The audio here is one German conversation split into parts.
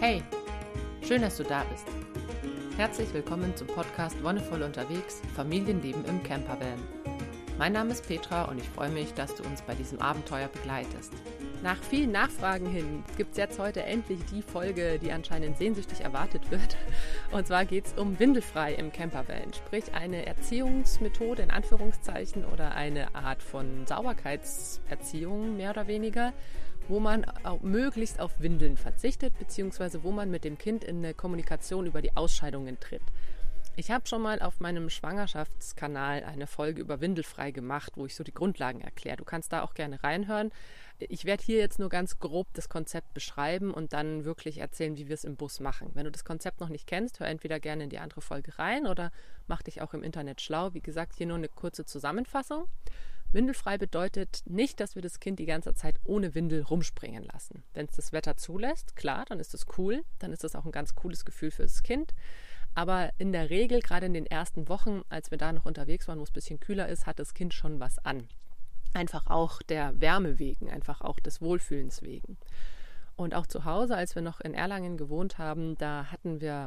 Hey, schön, dass du da bist. Herzlich willkommen zum Podcast Wonnevoll unterwegs – Familienleben im Campervan. Mein Name ist Petra und ich freue mich, dass du uns bei diesem Abenteuer begleitest. Nach vielen Nachfragen hin gibt es jetzt heute endlich die Folge, die anscheinend sehnsüchtig erwartet wird. Und zwar geht es um Windelfrei im Campervan, sprich eine Erziehungsmethode in Anführungszeichen oder eine Art von Sauberkeitserziehung mehr oder weniger, wo man auch möglichst auf Windeln verzichtet, beziehungsweise wo man mit dem Kind in eine Kommunikation über die Ausscheidungen tritt. Ich habe schon mal auf meinem Schwangerschaftskanal eine Folge über Windelfrei gemacht, wo ich so die Grundlagen erkläre. Du kannst da auch gerne reinhören. Ich werde hier jetzt nur ganz grob das Konzept beschreiben und dann wirklich erzählen, wie wir es im Bus machen. Wenn du das Konzept noch nicht kennst, hör entweder gerne in die andere Folge rein oder mach dich auch im Internet schlau. Wie gesagt, hier nur eine kurze Zusammenfassung. Windelfrei bedeutet nicht, dass wir das Kind die ganze Zeit ohne Windel rumspringen lassen. Wenn es das Wetter zulässt, klar, dann ist das cool. Dann ist das auch ein ganz cooles Gefühl für das Kind. Aber in der Regel, gerade in den ersten Wochen, als wir da noch unterwegs waren, wo es ein bisschen kühler ist, hat das Kind schon was an. Einfach auch der Wärme wegen, einfach auch des Wohlfühlens wegen. Und auch zu Hause, als wir noch in Erlangen gewohnt haben, da hatten wir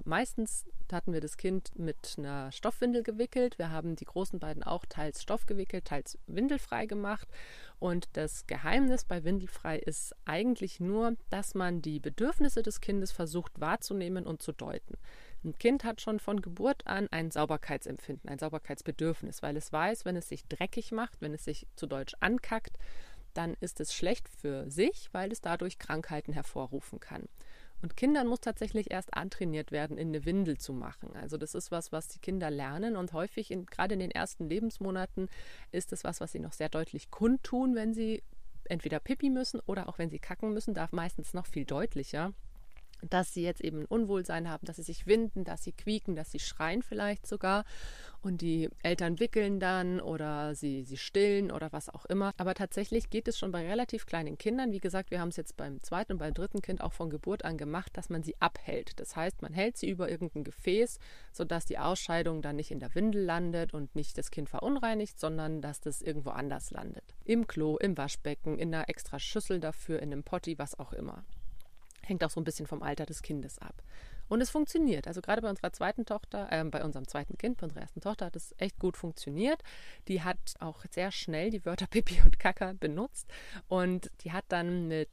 das Kind mit einer Stoffwindel gewickelt. Wir haben die großen beiden auch teils Stoff gewickelt, teils windelfrei gemacht. Und das Geheimnis bei Windelfrei ist eigentlich nur, dass man die Bedürfnisse des Kindes versucht wahrzunehmen und zu deuten. Ein Kind hat schon von Geburt an ein Sauberkeitsempfinden, ein Sauberkeitsbedürfnis, weil es weiß, wenn es sich dreckig macht, wenn es sich zu Deutsch ankackt, dann ist es schlecht für sich, weil es dadurch Krankheiten hervorrufen kann. Und Kindern muss tatsächlich erst antrainiert werden, in eine Windel zu machen. Also das ist was die Kinder lernen und häufig, gerade in den ersten Lebensmonaten, ist es was sie noch sehr deutlich kundtun, wenn sie entweder pipi müssen oder auch wenn sie kacken müssen, darf meistens noch viel deutlicher, dass sie jetzt eben ein Unwohlsein haben, dass sie sich winden, dass sie quieken, dass sie schreien vielleicht sogar und die Eltern wickeln dann oder sie stillen oder was auch immer. Aber tatsächlich geht es schon bei relativ kleinen Kindern. Wie gesagt, wir haben es jetzt beim zweiten und beim dritten Kind auch von Geburt an gemacht, dass man sie abhält. Das heißt, man hält sie über irgendein Gefäß, sodass die Ausscheidung dann nicht in der Windel landet und nicht das Kind verunreinigt, sondern dass das irgendwo anders landet. Im Klo, im Waschbecken, in einer extra Schüssel dafür, in einem Potti, was auch immer. Hängt auch so ein bisschen vom Alter des Kindes ab. Und es funktioniert. Also gerade bei unserer zweiten Tochter, bei unserem zweiten Kind, bei unserer ersten Tochter hat es echt gut funktioniert. Die hat auch sehr schnell die Wörter Pipi und Kaka benutzt. Und die hat dann mit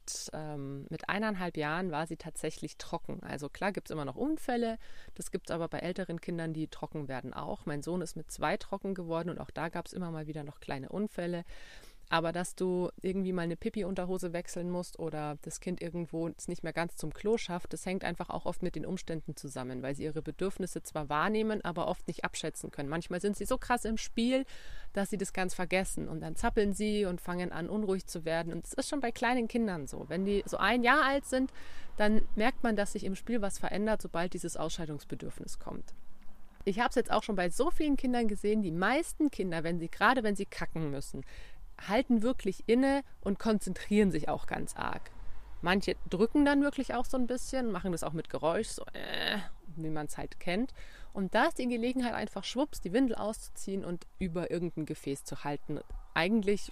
1,5 Jahren war sie tatsächlich trocken. Also klar gibt es immer noch Unfälle. Das gibt es aber bei älteren Kindern, die trocken werden auch. Mein Sohn ist mit 2 trocken geworden und auch da gab es immer mal wieder noch kleine Unfälle. Aber dass du irgendwie mal eine Pipi-Unterhose wechseln musst oder das Kind irgendwo es nicht mehr ganz zum Klo schafft, das hängt einfach auch oft mit den Umständen zusammen, weil sie ihre Bedürfnisse zwar wahrnehmen, aber oft nicht abschätzen können. Manchmal sind sie so krass im Spiel, dass sie das ganz vergessen und dann zappeln sie und fangen an, unruhig zu werden. Und es ist schon bei kleinen Kindern so. Wenn die so 1 Jahr alt sind, dann merkt man, dass sich im Spiel was verändert, sobald dieses Ausscheidungsbedürfnis kommt. Ich habe es jetzt auch schon bei so vielen Kindern gesehen, die meisten Kinder, wenn sie kacken müssen, halten wirklich inne und konzentrieren sich auch ganz arg. Manche drücken dann wirklich auch so ein bisschen, machen das auch mit Geräusch, so wie man es halt kennt. Und da ist die Gelegenheit einfach schwupps, die Windel auszuziehen und über irgendein Gefäß zu halten. Eigentlich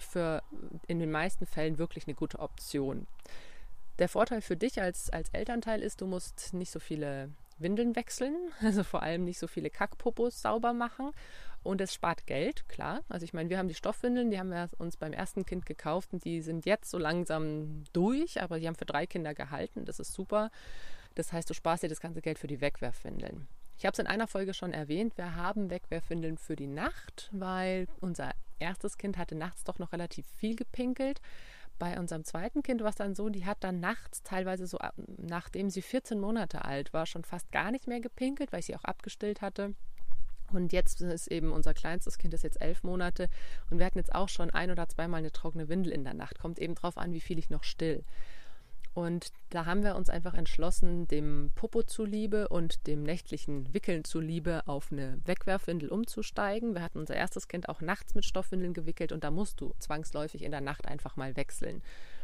in den meisten Fällen wirklich eine gute Option. Der Vorteil für dich als Elternteil ist, du musst nicht so viele Windeln wechseln, also vor allem nicht so viele Kackpopos sauber machen. Und es spart Geld, klar. Also ich meine, wir haben die Stoffwindeln, die haben wir uns beim ersten Kind gekauft und die sind jetzt so langsam durch, aber die haben für 3 Kinder gehalten, das ist super. Das heißt, du sparst dir das ganze Geld für die Wegwerfwindeln. Ich habe es in einer Folge schon erwähnt, wir haben Wegwerfwindeln für die Nacht, weil unser erstes Kind hatte nachts doch noch relativ viel gepinkelt. Bei unserem zweiten Kind war es dann so, die hat dann nachts teilweise so, nachdem sie 14 Monate alt war, schon fast gar nicht mehr gepinkelt, weil ich sie auch abgestillt hatte. Und jetzt ist eben unser kleinstes Kind ist jetzt 11 Monate und wir hatten jetzt auch schon 1- oder 2-mal eine trockene Windel in der Nacht. Kommt eben drauf an, wie viel ich noch still. Und da haben wir uns einfach entschlossen, dem Popo zuliebe und dem nächtlichen Wickeln zuliebe auf eine Wegwerfwindel umzusteigen. Wir hatten unser erstes Kind auch nachts mit Stoffwindeln gewickelt und da musst du zwangsläufig in der Nacht einfach mal wechseln.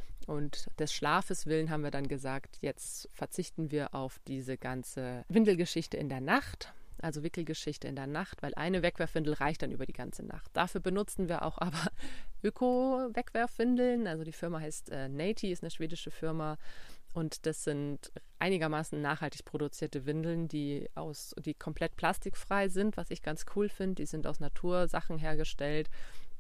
Und des Schlafes willen haben wir dann gesagt, jetzt verzichten wir auf diese ganze Windelgeschichte in der Nacht. Also Wickelgeschichte in der Nacht, weil eine Wegwerfwindel reicht dann über die ganze Nacht. Dafür benutzen wir auch aber Öko-Wegwerfwindeln. Also die Firma heißt Nati, ist eine schwedische Firma Und das sind einigermaßen nachhaltig produzierte Windeln, die komplett plastikfrei sind, was ich ganz cool finde. Die sind aus Natursachen hergestellt.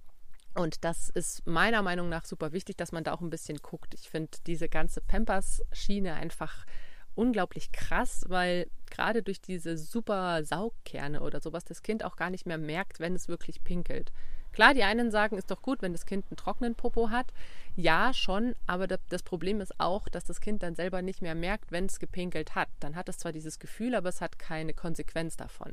Und das ist meiner Meinung nach super wichtig, dass man da auch ein bisschen guckt. Ich finde diese ganze Pampers-Schiene einfach unglaublich krass, weil gerade durch diese super Saugkerne oder sowas das Kind auch gar nicht mehr merkt, wenn es wirklich pinkelt. Klar, die einen sagen, ist doch gut, wenn das Kind einen trockenen Popo hat. Ja, schon, aber das Problem ist auch, dass das Kind dann selber nicht mehr merkt, wenn es gepinkelt hat. Dann hat es zwar dieses Gefühl, aber es hat keine Konsequenz davon.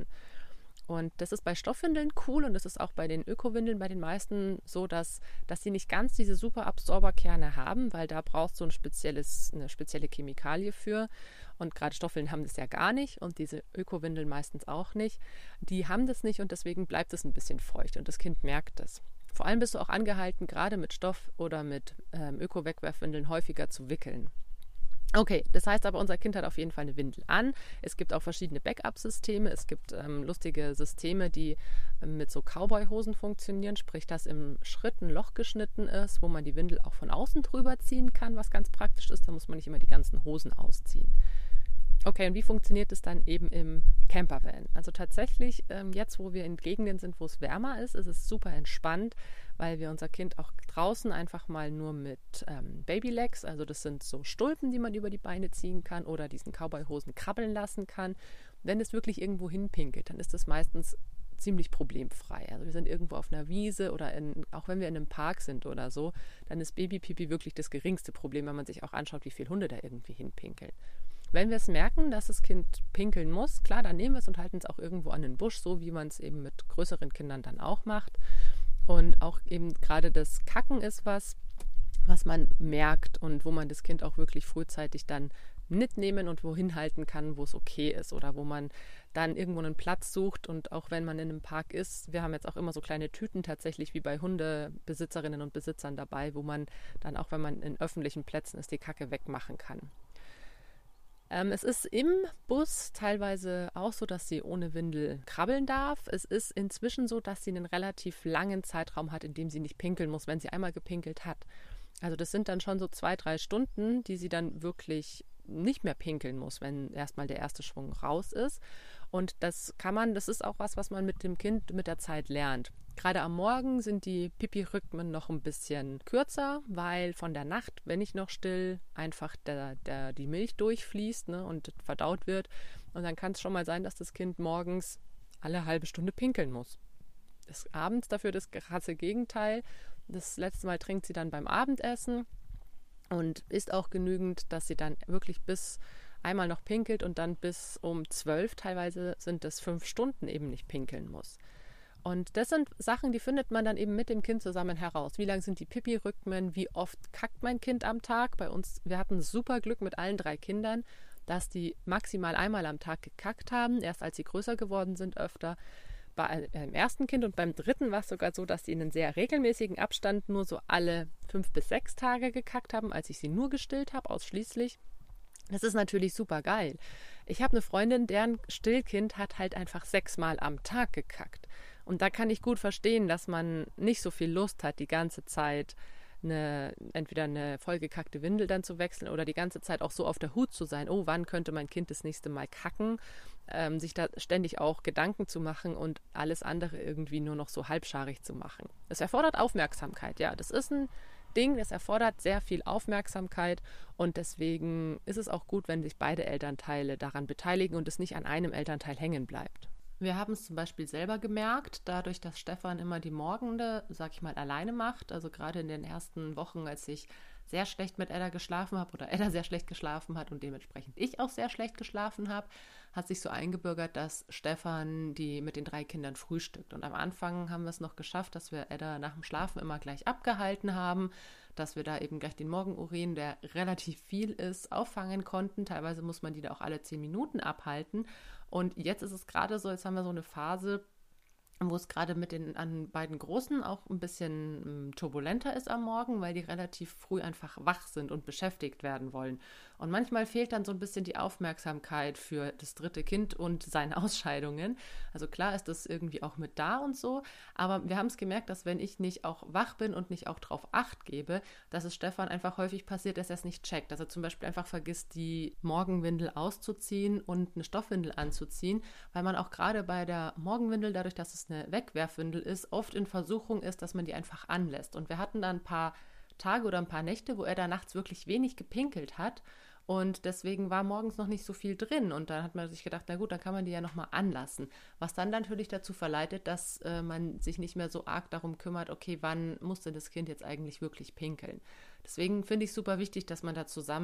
Und das ist bei Stoffwindeln cool und das ist auch bei den Ökowindeln bei den meisten so, dass sie nicht ganz diese super Absorberkerne haben, weil da brauchst du eine spezielle Chemikalie für. Und gerade Stoffwindeln haben das ja gar nicht und diese Ökowindeln meistens auch nicht. Die haben das nicht und deswegen bleibt es ein bisschen feucht und das Kind merkt das. Vor allem bist du auch angehalten, gerade mit Stoff- oder mit Öko-Wegwerfwindeln häufiger zu wickeln. Okay, das heißt aber, unser Kind hat auf jeden Fall eine Windel an. Es gibt auch verschiedene Backup-Systeme. Es gibt lustige Systeme, die mit so Cowboy-Hosen funktionieren, sprich, dass im Schritt ein Loch geschnitten ist, wo man die Windel auch von außen drüber ziehen kann, was ganz praktisch ist. Da muss man nicht immer die ganzen Hosen ausziehen. Okay, und wie funktioniert es dann eben im Campervan? Also tatsächlich, jetzt wo wir in Gegenden sind, wo es wärmer ist es super entspannt, weil wir unser Kind auch draußen einfach mal nur mit Babylegs, also das sind so Stulpen, die man über die Beine ziehen kann oder diesen Cowboy-Hosen krabbeln lassen kann. Wenn es wirklich irgendwo hinpinkelt, dann ist das meistens ziemlich problemfrei. Also wir sind irgendwo auf einer Wiese oder auch wenn wir in einem Park sind oder so, dann ist Babypipi wirklich das geringste Problem, wenn man sich auch anschaut, wie viele Hunde da irgendwie hinpinkeln. Wenn wir es merken, dass das Kind pinkeln muss, klar, dann nehmen wir es und halten es auch irgendwo an den Busch, so wie man es eben mit größeren Kindern dann auch macht. Und auch eben gerade das Kacken ist was man merkt und wo man das Kind auch wirklich frühzeitig dann mitnehmen und wohin halten kann, wo es okay ist oder wo man dann irgendwo einen Platz sucht. Und auch wenn man in einem Park ist, wir haben jetzt auch immer so kleine Tüten tatsächlich wie bei Hundebesitzerinnen und Besitzern dabei, wo man dann auch, wenn man in öffentlichen Plätzen ist, die Kacke wegmachen kann. Es ist im Bus teilweise auch so, dass sie ohne Windel krabbeln darf. Es ist inzwischen so, dass sie einen relativ langen Zeitraum hat, in dem sie nicht pinkeln muss, wenn sie einmal gepinkelt hat. Also das sind dann schon so 2-3 Stunden, die sie dann wirklich nicht mehr pinkeln muss, wenn erstmal der erste Schwung raus ist. Und das ist auch was man mit dem Kind mit der Zeit lernt. Gerade am Morgen sind die Pipi-Rhythmen noch ein bisschen kürzer, weil von der Nacht, wenn ich noch still, einfach die Milch durchfließt, ne, und verdaut wird. Und dann kann es schon mal sein, dass das Kind morgens alle halbe Stunde pinkeln muss. Ist abends dafür das krasse Gegenteil. Das letzte Mal trinkt sie dann beim Abendessen und isst auch genügend, dass sie dann wirklich bis einmal noch pinkelt und dann bis um 12, teilweise sind es 5 Stunden eben nicht pinkeln muss. Und das sind Sachen, die findet man dann eben mit dem Kind zusammen heraus. Wie lang sind die Pipi-Rhythmen? Wie oft kackt mein Kind am Tag? Bei uns, wir hatten super Glück mit allen 3 Kindern, dass die maximal einmal am Tag gekackt haben. Erst als sie größer geworden sind, öfter. Beim ersten Kind und beim dritten war es sogar so, dass sie in einem sehr regelmäßigen Abstand nur so alle 5 bis 6 Tage gekackt haben, als ich sie nur gestillt habe, ausschließlich. Das ist natürlich super geil. Ich habe eine Freundin, deren Stillkind hat halt einfach 6-mal am Tag gekackt. Und da kann ich gut verstehen, dass man nicht so viel Lust hat, die ganze Zeit entweder eine vollgekackte Windel dann zu wechseln oder die ganze Zeit auch so auf der Hut zu sein. Oh, wann könnte mein Kind das nächste Mal kacken? Sich da ständig auch Gedanken zu machen und alles andere irgendwie nur noch so halbscharig zu machen. Das erfordert Aufmerksamkeit, ja. Das ist ein Ding, das erfordert sehr viel Aufmerksamkeit und deswegen ist es auch gut, wenn sich beide Elternteile daran beteiligen und es nicht an einem Elternteil hängen bleibt. Wir haben es zum Beispiel selber gemerkt, dadurch, dass Stefan immer die Morgende, sag ich mal, alleine macht. Also gerade in den ersten Wochen, als ich sehr schlecht mit Edda geschlafen habe oder Edda sehr schlecht geschlafen hat und dementsprechend ich auch sehr schlecht geschlafen habe, hat sich so eingebürgert, dass Stefan mit den 3 Kindern frühstückt. Und am Anfang haben wir es noch geschafft, dass wir Edda nach dem Schlafen immer gleich abgehalten haben, dass wir da eben gleich den Morgenurin, der relativ viel ist, auffangen konnten. Teilweise muss man die da auch alle 10 Minuten abhalten. Und jetzt ist es gerade so, jetzt haben wir so eine Phase, wo es gerade mit den an beiden Großen auch ein bisschen turbulenter ist am Morgen, weil die relativ früh einfach wach sind und beschäftigt werden wollen. Und manchmal fehlt dann so ein bisschen die Aufmerksamkeit für das dritte Kind und seine Ausscheidungen. Also klar ist das irgendwie auch mit da und so, aber wir haben es gemerkt, dass wenn ich nicht auch wach bin und nicht auch drauf Acht gebe, dass es Stefan einfach häufig passiert, dass er es nicht checkt. Dass er zum Beispiel einfach vergisst, die Morgenwindel auszuziehen und eine Stoffwindel anzuziehen, weil man auch gerade bei der Morgenwindel, dadurch, dass es eine Wegwerfwindel ist, oft in Versuchung ist, dass man die einfach anlässt. Und wir hatten dann ein paar Tage oder ein paar Nächte, wo er da nachts wirklich wenig gepinkelt hat. Und deswegen war morgens noch nicht so viel drin. Und dann hat man sich gedacht, na gut, dann kann man die ja nochmal anlassen. Was dann natürlich dazu verleitet, dass man sich nicht mehr so arg darum kümmert, okay, wann muss denn das Kind jetzt eigentlich wirklich pinkeln? Deswegen finde ich super wichtig, dass man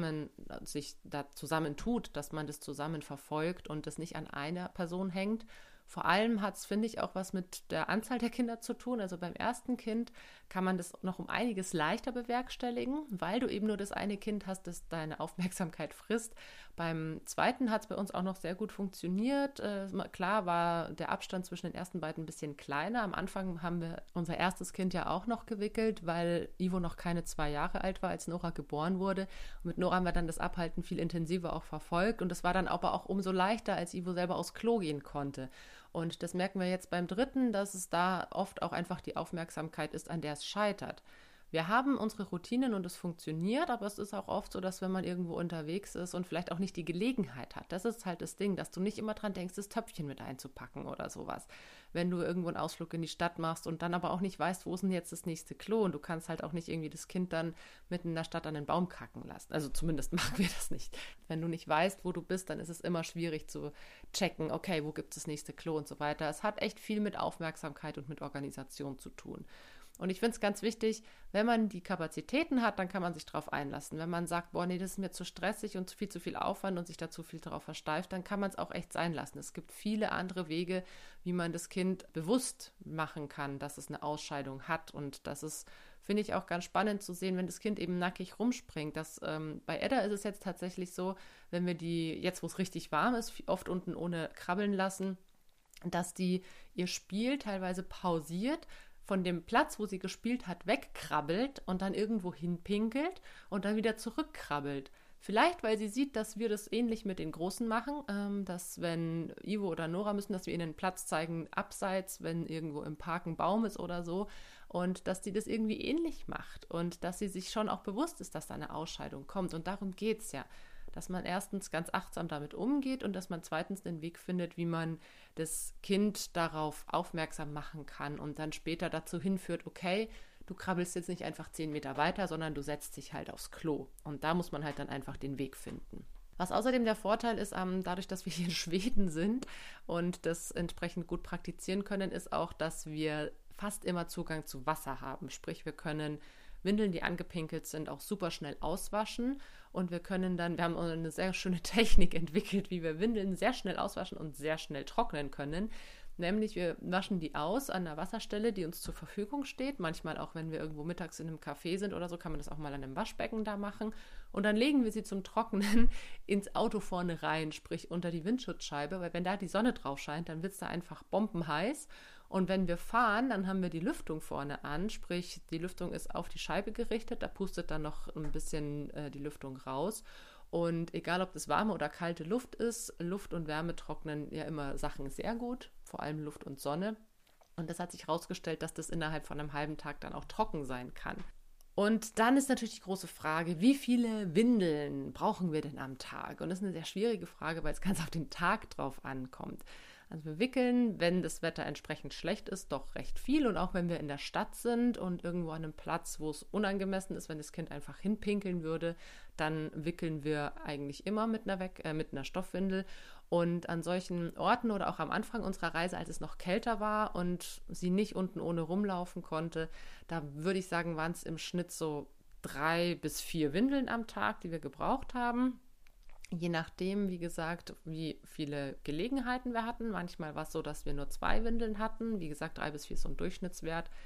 sich da zusammen tut, dass man das zusammen verfolgt und das nicht an einer Person hängt. Vor allem hat es, finde ich, auch was mit der Anzahl der Kinder zu tun. Also beim ersten Kind kann man das noch um einiges leichter bewerkstelligen, weil du eben nur das eine Kind hast, das deine Aufmerksamkeit frisst. Beim zweiten hat es bei uns auch noch sehr gut funktioniert. Klar war der Abstand zwischen den ersten beiden ein bisschen kleiner. Am Anfang haben wir unser erstes Kind ja auch noch gewickelt, weil Ivo noch keine 2 Jahre alt war, als Nora geboren wurde. Und mit Nora haben wir dann das Abhalten viel intensiver auch verfolgt. Und es war dann aber auch umso leichter, als Ivo selber aufs Klo gehen konnte. Und das merken wir jetzt beim dritten, dass es da oft auch einfach die Aufmerksamkeit ist, an der es scheitert. Wir haben unsere Routinen und es funktioniert, aber es ist auch oft so, dass wenn man irgendwo unterwegs ist und vielleicht auch nicht die Gelegenheit hat, das ist halt das Ding, dass du nicht immer dran denkst, das Töpfchen mit einzupacken oder sowas. Wenn du irgendwo einen Ausflug in die Stadt machst und dann aber auch nicht weißt, wo ist denn jetzt das nächste Klo und du kannst halt auch nicht irgendwie das Kind dann mitten in der Stadt an den Baum kacken lassen. Also zumindest machen wir das nicht. Wenn du nicht weißt, wo du bist, dann ist es immer schwierig zu checken, okay, wo gibt es das nächste Klo und so weiter. Es hat echt viel mit Aufmerksamkeit und mit Organisation zu tun. Und ich finde es ganz wichtig, wenn man die Kapazitäten hat, dann kann man sich darauf einlassen. Wenn man sagt, boah, nee, das ist mir zu stressig und zu viel Aufwand und sich da zu viel darauf versteift, dann kann man es auch echt sein lassen. Es gibt viele andere Wege, wie man das Kind bewusst machen kann, dass es eine Ausscheidung hat. Und das ist, finde ich, auch ganz spannend zu sehen, wenn das Kind eben nackig rumspringt. Bei Edda ist es jetzt tatsächlich so, wenn wir die, jetzt wo es richtig warm ist, oft unten ohne krabbeln lassen, dass die ihr Spiel teilweise pausiert, von dem Platz, wo sie gespielt hat, wegkrabbelt und dann irgendwo hinpinkelt und dann wieder zurückkrabbelt. Vielleicht, weil sie sieht, dass wir das ähnlich mit den Großen machen, dass wenn Ivo oder Nora müssen, dass wir ihnen Platz zeigen, abseits, wenn irgendwo im Park ein Baum ist oder so, und dass sie das irgendwie ähnlich macht und dass sie sich schon auch bewusst ist, dass da eine Ausscheidung kommt. Und darum geht es ja, dass man erstens ganz achtsam damit umgeht und dass man zweitens den Weg findet, wie man das Kind darauf aufmerksam machen kann und dann später dazu hinführt, okay, du krabbelst jetzt nicht einfach 10 Meter weiter, sondern du setzt dich halt aufs Klo. Und da muss man halt dann einfach den Weg finden. Was außerdem der Vorteil ist, dadurch, dass wir hier in Schweden sind und das entsprechend gut praktizieren können, ist auch, dass wir fast immer Zugang zu Wasser haben. Sprich, wir können Windeln, die angepinkelt sind, auch super schnell auswaschen und wir haben eine sehr schöne Technik entwickelt, wie wir Windeln sehr schnell auswaschen und sehr schnell trocknen können. Nämlich wir waschen die aus an einer Wasserstelle, die uns zur Verfügung steht. Manchmal auch, wenn wir irgendwo mittags in einem Café sind oder so, kann man das auch mal an einem Waschbecken da machen. Und dann legen wir sie zum Trocknen ins Auto vorne rein, sprich unter die Windschutzscheibe, weil wenn da die Sonne drauf scheint, dann wird es da einfach bombenheiß. Und wenn wir fahren, dann haben wir die Lüftung vorne an, sprich die Lüftung ist auf die Scheibe gerichtet, da pustet dann noch ein bisschen die Lüftung raus. Und egal, ob das warme oder kalte Luft ist, Luft und Wärme trocknen ja immer Sachen sehr gut, vor allem Luft und Sonne. Und das hat sich herausgestellt, dass das innerhalb von einem halben Tag dann auch trocken sein kann. Und dann ist natürlich die große Frage, wie viele Windeln brauchen wir denn am Tag? Und das ist eine sehr schwierige Frage, weil es ganz auf den Tag drauf ankommt. Also wir wickeln, wenn das Wetter entsprechend schlecht ist, doch recht viel. Und auch wenn wir in der Stadt sind und irgendwo an einem Platz, wo es unangemessen ist, wenn das Kind einfach hinpinkeln würde, dann wickeln wir eigentlich immer mit einer Stoffwindel. Und an solchen Orten oder auch am Anfang unserer Reise, als es noch kälter war und sie nicht unten ohne rumlaufen konnte, da würde ich sagen, waren es im Schnitt so 3 bis 4 Windeln am Tag, die wir gebraucht haben. Je nachdem, wie gesagt, wie viele Gelegenheiten wir hatten. Manchmal war es so, dass wir nur 2 Windeln hatten. Wie gesagt, 3 bis 4 ist so ein Durchschnittswert.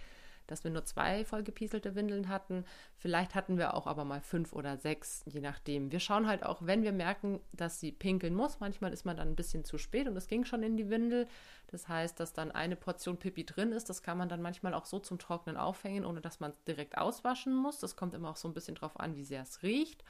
dass wir nur 2 vollgepieselte Windeln hatten. Vielleicht hatten wir auch aber mal 5 oder 6, je nachdem. Wir schauen halt auch, wenn wir merken, dass sie pinkeln muss. Manchmal ist man dann ein bisschen zu spät und es ging schon in die Windel. Das heißt, dass dann eine Portion Pipi drin ist. Das kann man dann manchmal auch so zum Trocknen aufhängen, ohne dass man es direkt auswaschen muss. Das kommt immer auch so ein bisschen drauf an, wie sehr es riecht.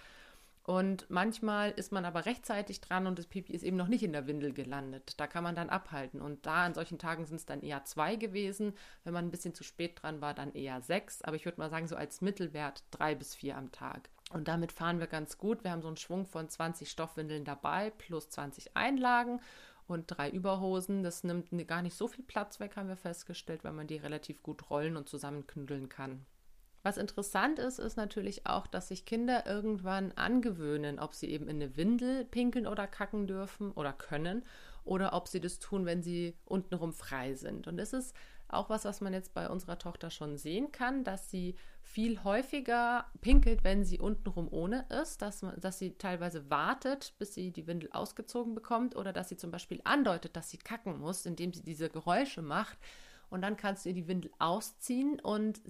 Und manchmal ist man aber rechtzeitig dran und das Pipi ist eben noch nicht in der Windel gelandet. Da kann man dann abhalten. Und da an solchen Tagen sind es dann eher 2 gewesen. Wenn man ein bisschen zu spät dran war, dann eher 6. Aber ich würde mal sagen, so als Mittelwert 3 bis 4 am Tag. Und damit fahren wir ganz gut. Wir haben so einen Schwung von 20 Stoffwindeln dabei, plus 20 Einlagen und 3 Überhosen. Das nimmt gar nicht so viel Platz weg, haben wir festgestellt, weil man die relativ gut rollen und zusammenknüdeln kann. Was interessant ist, ist natürlich auch, dass sich Kinder irgendwann angewöhnen, ob sie eben in eine Windel pinkeln oder kacken dürfen oder können oder ob sie das tun, wenn sie untenrum frei sind. Und das ist auch was man jetzt bei unserer Tochter schon sehen kann, dass sie viel häufiger pinkelt, wenn sie untenrum ohne ist, dass sie teilweise wartet, bis sie die Windel ausgezogen bekommt oder dass sie zum Beispiel andeutet, dass sie kacken muss, indem sie diese Geräusche macht. Und dann kannst du ihr die Windel ausziehen und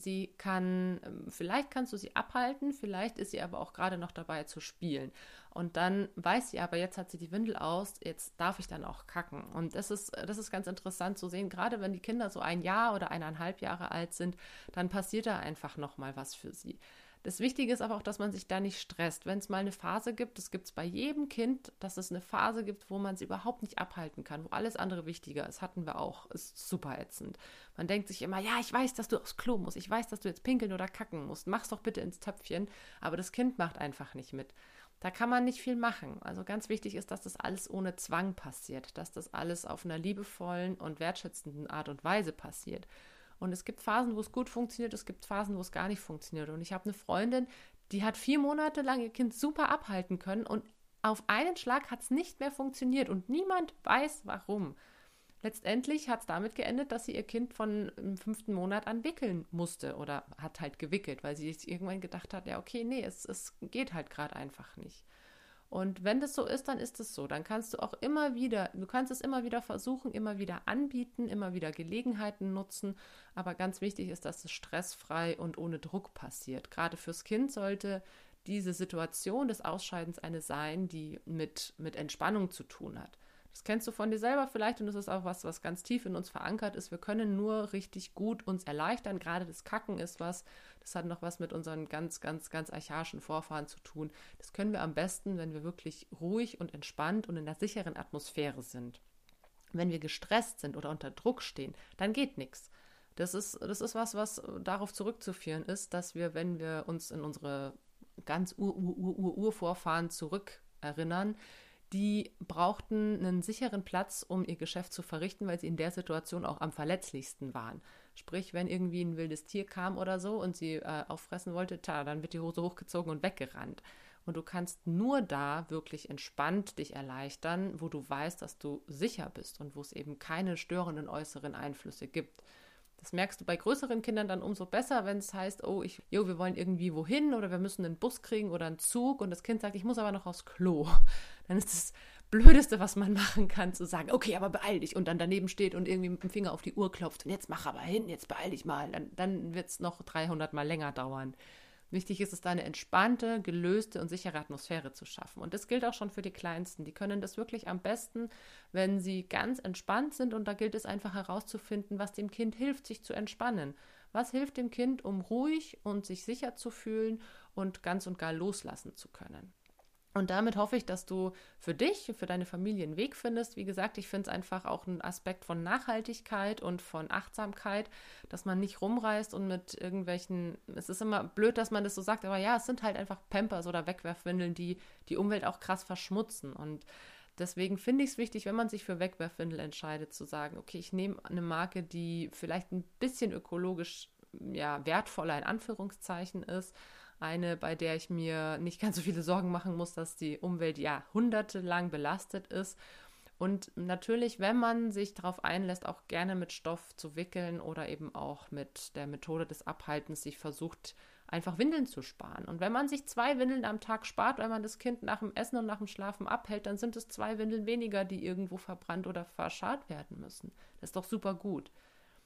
vielleicht kannst du sie abhalten, vielleicht ist sie aber auch gerade noch dabei zu spielen. Und dann weiß sie aber, jetzt hat sie die Windel aus, jetzt darf ich dann auch kacken. Und das ist ganz interessant zu sehen, gerade wenn die Kinder so 1 Jahr oder 1,5 Jahre alt sind, dann passiert da einfach nochmal was für sie. Das Wichtige ist aber auch, dass man sich da nicht stresst. Wenn es mal eine Phase gibt, das gibt es bei jedem Kind, dass es eine Phase gibt, wo man sie überhaupt nicht abhalten kann, wo alles andere wichtiger ist, hatten wir auch, ist super ätzend. Man denkt sich immer, ja, ich weiß, dass du aufs Klo musst, ich weiß, dass du jetzt pinkeln oder kacken musst, mach's doch bitte ins Töpfchen, aber das Kind macht einfach nicht mit. Da kann man nicht viel machen. Also ganz wichtig ist, dass das alles ohne Zwang passiert, dass das alles auf einer liebevollen und wertschätzenden Art und Weise passiert. Und es gibt Phasen, wo es gut funktioniert, es gibt Phasen, wo es gar nicht funktioniert. Und ich habe eine Freundin, die hat 4 Monate lang ihr Kind super abhalten können und auf einen Schlag hat es nicht mehr funktioniert und niemand weiß, warum. Letztendlich hat es damit geendet, dass sie ihr Kind von im 5. Monat an wickeln musste oder hat halt gewickelt, weil sie sich irgendwann gedacht hat, ja okay, nee, es geht halt gerade einfach nicht. Und wenn das so ist, dann ist es so. Dann kannst du kannst es immer wieder versuchen, immer wieder anbieten, immer wieder Gelegenheiten nutzen. Aber ganz wichtig ist, dass es stressfrei und ohne Druck passiert. Gerade fürs Kind sollte diese Situation des Ausscheidens eine sein, die mit Entspannung zu tun hat. Das kennst du von dir selber vielleicht und das ist auch was ganz tief in uns verankert ist. Wir können nur richtig gut uns erleichtern. Gerade das Kacken ist das hat noch was mit unseren ganz, ganz, ganz archaischen Vorfahren zu tun. Das können wir am besten, wenn wir wirklich ruhig und entspannt und in einer sicheren Atmosphäre sind. Wenn wir gestresst sind oder unter Druck stehen, dann geht nichts. Das ist was darauf zurückzuführen ist, dass wir, wenn wir uns in unsere ganz Urvorfahren zurückerinnern, die brauchten einen sicheren Platz, um ihr Geschäft zu verrichten, weil sie in der Situation auch am verletzlichsten waren. Sprich, wenn irgendwie ein wildes Tier kam oder so und sie auffressen wollte, dann wird die Hose hochgezogen und weggerannt. Und du kannst nur da wirklich entspannt dich erleichtern, wo du weißt, dass du sicher bist und wo es eben keine störenden äußeren Einflüsse gibt. Das merkst du bei größeren Kindern dann umso besser, wenn es heißt, wir wollen irgendwie wohin oder wir müssen einen Bus kriegen oder einen Zug und das Kind sagt, ich muss aber noch aufs Klo. Dann ist das Blödeste, was man machen kann, zu sagen, okay, aber beeil dich und dann daneben steht und irgendwie mit dem Finger auf die Uhr klopft und jetzt mach aber hin, jetzt beeil dich mal. Dann wird es noch 300 Mal länger dauern. Wichtig ist es, da eine entspannte, gelöste und sichere Atmosphäre zu schaffen. Und das gilt auch schon für die Kleinsten. Die können das wirklich am besten, wenn sie ganz entspannt sind. Und da gilt es einfach herauszufinden, was dem Kind hilft, sich zu entspannen. Was hilft dem Kind, um ruhig und sich sicher zu fühlen und ganz und gar loslassen zu können. Und damit hoffe ich, dass du für dich, für deine Familie einen Weg findest. Wie gesagt, ich finde es einfach auch ein Aspekt von Nachhaltigkeit und von Achtsamkeit, dass man nicht rumreißt und mit irgendwelchen, es ist immer blöd, dass man das so sagt, aber ja, es sind halt einfach Pampers oder Wegwerfwindeln, die die Umwelt auch krass verschmutzen. Und deswegen finde ich es wichtig, wenn man sich für Wegwerfwindel entscheidet, zu sagen, okay, ich nehme eine Marke, die vielleicht ein bisschen ökologisch wertvoller in Anführungszeichen ist, eine, bei der ich mir nicht ganz so viele Sorgen machen muss, dass die Umwelt jahrhundertelang belastet ist. Und natürlich, wenn man sich darauf einlässt, auch gerne mit Stoff zu wickeln oder eben auch mit der Methode des Abhaltens sich versucht, einfach Windeln zu sparen. Und wenn man sich 2 Windeln am Tag spart, weil man das Kind nach dem Essen und nach dem Schlafen abhält, dann sind es 2 Windeln weniger, die irgendwo verbrannt oder verscharrt werden müssen. Das ist doch super gut.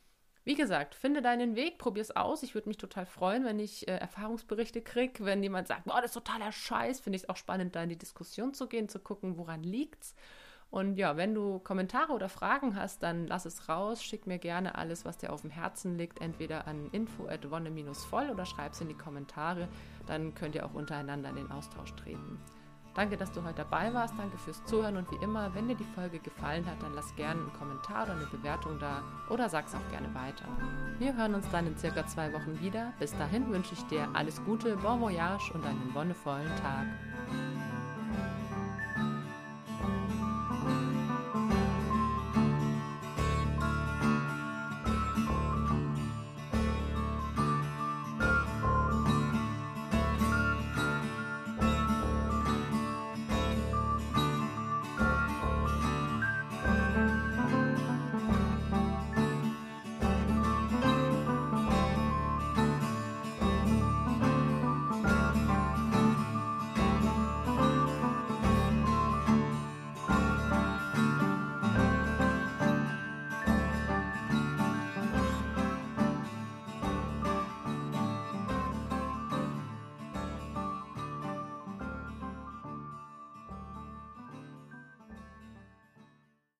Wie gesagt, finde deinen Weg, probier's aus. Ich würde mich total freuen, wenn ich Erfahrungsberichte kriege, wenn jemand sagt, boah, das ist totaler Scheiß. Finde ich es auch spannend, da in die Diskussion zu gehen, zu gucken, woran liegt's. Und ja, wenn du Kommentare oder Fragen hast, dann lass es raus. Schick mir gerne alles, was dir auf dem Herzen liegt, entweder an info@wonne-voll oder schreib es in die Kommentare. Dann könnt ihr auch untereinander in den Austausch treten. Danke, dass du heute dabei warst. Danke fürs Zuhören. Und wie immer, wenn dir die Folge gefallen hat, dann lass gerne einen Kommentar oder eine Bewertung da oder sag's auch gerne weiter. Wir hören uns dann in circa 2 Wochen wieder. Bis dahin wünsche ich dir alles Gute, bon voyage und einen wonnevollen Tag.